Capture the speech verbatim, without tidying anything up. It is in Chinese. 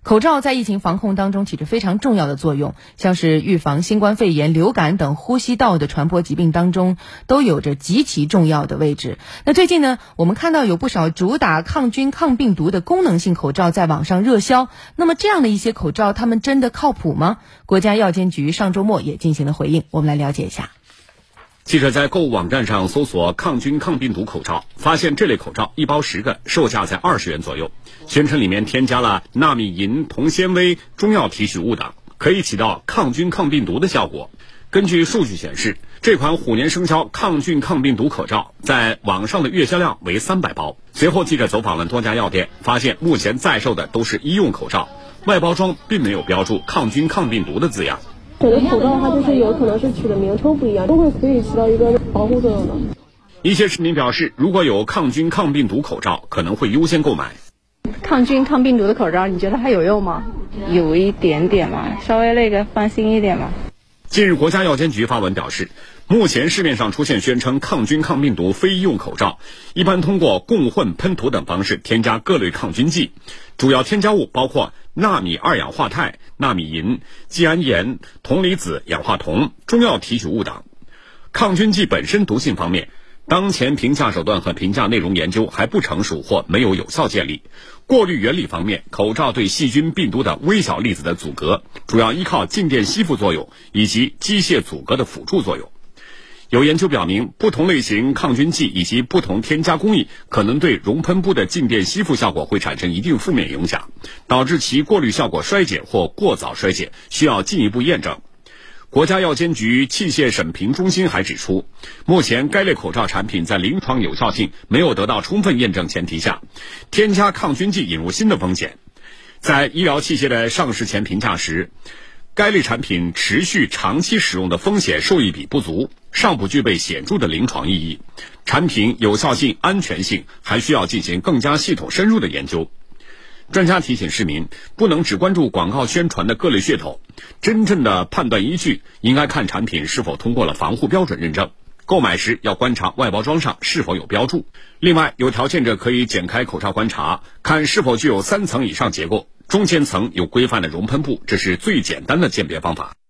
口罩在疫情防控当中起着非常重要的作用，像是预防新冠肺炎、流感等呼吸道的传播疾病当中都有着极其重要的位置。那最近呢，我们看到有不少主打抗菌抗病毒的功能性口罩在网上热销，那么这样的一些口罩它们真的靠谱吗？国家药监局上周末也进行了回应，我们来了解一下。 记者在购物网站上搜索抗菌抗病毒口罩，发现这类口罩一包十个，售价在二十元左右，宣称里面添加了纳米银、铜纤维、中药提取物等，可以起到抗菌抗病毒的效果。根据数据显示，这款虎年生肖抗菌抗病毒口罩在网上的月销量为三百包。随后记者走访了多家药店，发现目前在售的都是医用口罩，外包装并没有标注抗菌抗病毒的字样。 有的口罩它就是有可能是取的名称不一样，都会可以起到一个保护作用的。 一些市民表示，如果有抗菌抗病毒口罩，可能会优先购买。 抗菌抗病毒的口罩，你觉得它有用吗？ 有一点点嘛，稍微那个放心一点嘛。 近日，国家药监局发文表示，目前市面上出现宣称抗菌抗病毒非医用口罩，一般通过共混、喷涂等方式添加各类抗菌剂，主要添加物包括纳米二氧化钛、纳米银、季铵盐、铜离子氧化铜、中药提取物等。抗菌剂本身毒性方面，当前评价手段和评价内容研究还不成熟或没有有效建立。过滤原理方面，口罩对细菌、病毒等微小粒子的阻隔，主要依靠静电吸附作用以及机械阻隔的辅助作用。有研究表明，不同类型抗菌剂以及不同添加工艺可能对熔喷布的静电吸附效果会产生一定负面影响，导致其过滤效果衰减或过早衰减，需要进一步验证。国家药监局器械审评中心还指出，目前该类口罩产品在临床有效性没有得到充分验证前提下，添加抗菌剂引入新的风险。在医疗器械的上市前评价时，该类产品持续长期使用的风险受益比不足，尚不具备显著的临床意义，产品有效性、安全性还需要进行更加系统深入的研究。专家提醒市民，不能只关注广告宣传的各类噱头，真正的判断依据应该看产品是否通过了防护标准认证，购买时要观察外包装上是否有标注。另外，有条件者可以剪开口罩观察，看是否具有三层以上结构，中间层有规范的熔喷布，这是最简单的鉴别方法。